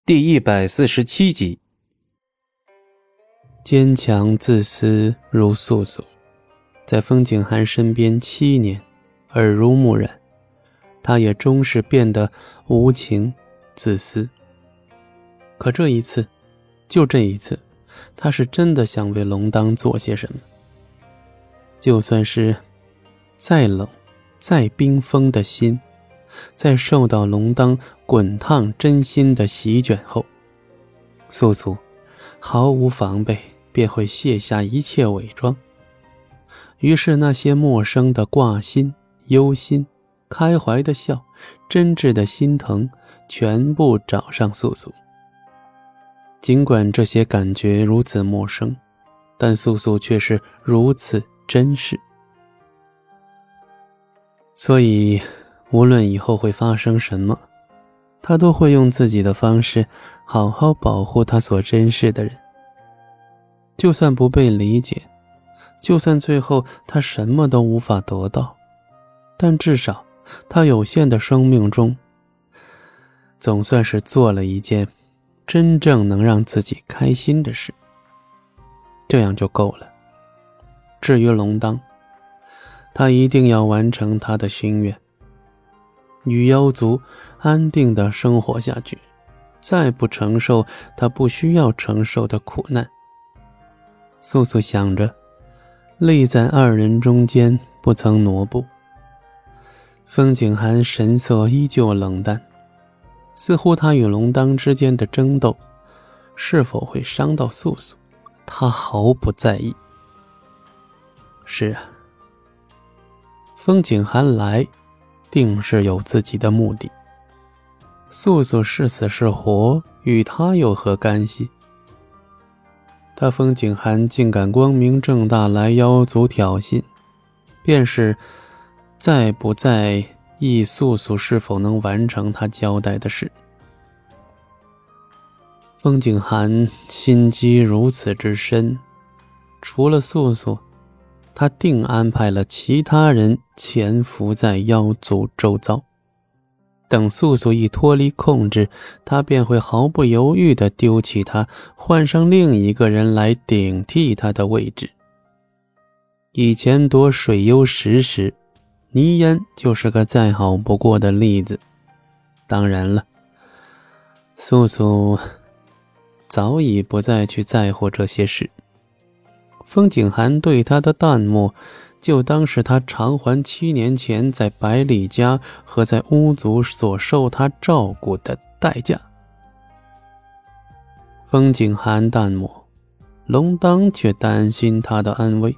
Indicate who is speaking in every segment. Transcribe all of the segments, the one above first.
Speaker 1: 第147集。坚强自私如素素，在风景寒身边7年，耳濡目染，他也终是变得无情自私。可这一次，就这一次，他是真的想为龙当做些什么。就算是再冷再冰封的心，在受到龙当滚烫真心的席卷后，素素毫无防备便会卸下一切伪装。于是那些陌生的挂心、忧心、开怀的笑、真挚的心疼，全部找上素素。尽管这些感觉如此陌生，但素素却是如此真实。所以无论以后会发生什么，他都会用自己的方式好好保护他所珍视的人。就算不被理解，就算最后他什么都无法得到，但至少他有限的生命中，总算是做了一件真正能让自己开心的事，这样就够了。至于龙当，他一定要完成他的心愿，与妖族安定地生活下去，再不承受他不需要承受的苦难。素素想着，立在二人中间不曾挪步。风景寒神色依旧冷淡，似乎他与龙当之间的争斗是否会伤到素素，他毫不在意。是啊，风景寒来定是有自己的目的，素素是死是活，与他有何干系？他风景寒竟敢光明正大来妖族挑衅，便是在不在意素素是否能完成他交代的事。风景寒心机如此之深，除了素素，他定安排了其他人潜伏在妖族周遭。等素素一脱离控制，他便会毫不犹豫地丢弃他，换上另一个人来顶替他的位置。以前夺水幽石时，倪烟就是个再好不过的例子。当然了，素素早已不再去在乎这些事。风景寒对他的淡漠，就当是他偿还7年前在百里家和在巫族所受他照顾的代价。风景寒淡漠，龙当却担心他的安危。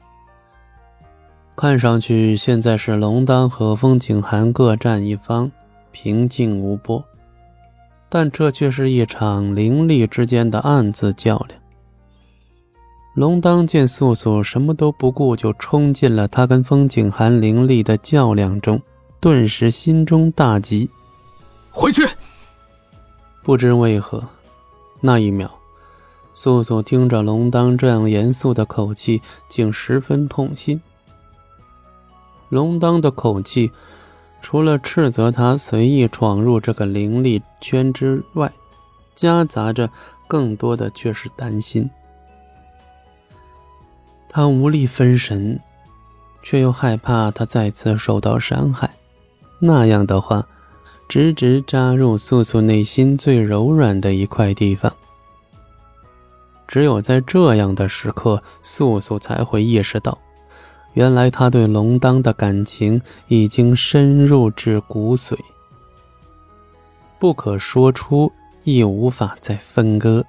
Speaker 1: 看上去现在是龙当和风景寒各占一方，平静无波，但这却是一场灵力之间的暗自较量。龙当见素素什么都不顾，就冲进了他跟风景寒灵力的较量中，顿时心中大急。
Speaker 2: 回去！
Speaker 1: 不知为何，那一秒，素素听着龙当这样严肃的口气，竟十分痛心。龙当的口气，除了斥责他随意闯入这个灵力圈之外，夹杂着更多的却是担心。他无力分神，却又害怕他再次受到伤害，那样的话，直直扎入素素内心最柔软的一块地方。只有在这样的时刻，素素才会意识到，原来他对龙当的感情已经深入至骨髓，不可说出，亦无法再分割。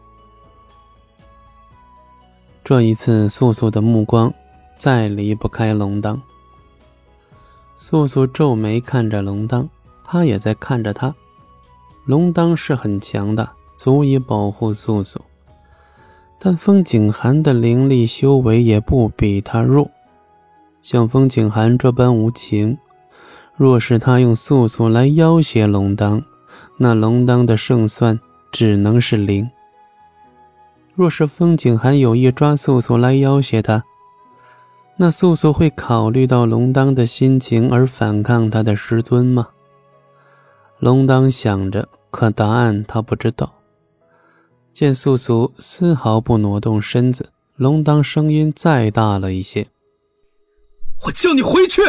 Speaker 1: 这一次，素素的目光再离不开龙当。素素皱眉看着龙当，他也在看着他。龙当是很强大，足以保护素素，但风景寒的灵力修为也不比他弱。像风景寒这般无情，若是他用素素来要挟龙当，那龙当的胜算只能是0。若是风景寒有意抓素素来要挟他，那素素会考虑到龙当的心情而反抗他的师尊吗？龙当想着， 可答案他不知道。见素素丝毫不挪动身子，龙当声音再大了一些：
Speaker 2: 我叫你回去！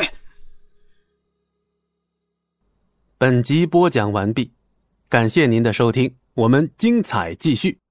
Speaker 3: 本集播讲完毕，感谢您的收听，我们精彩继续。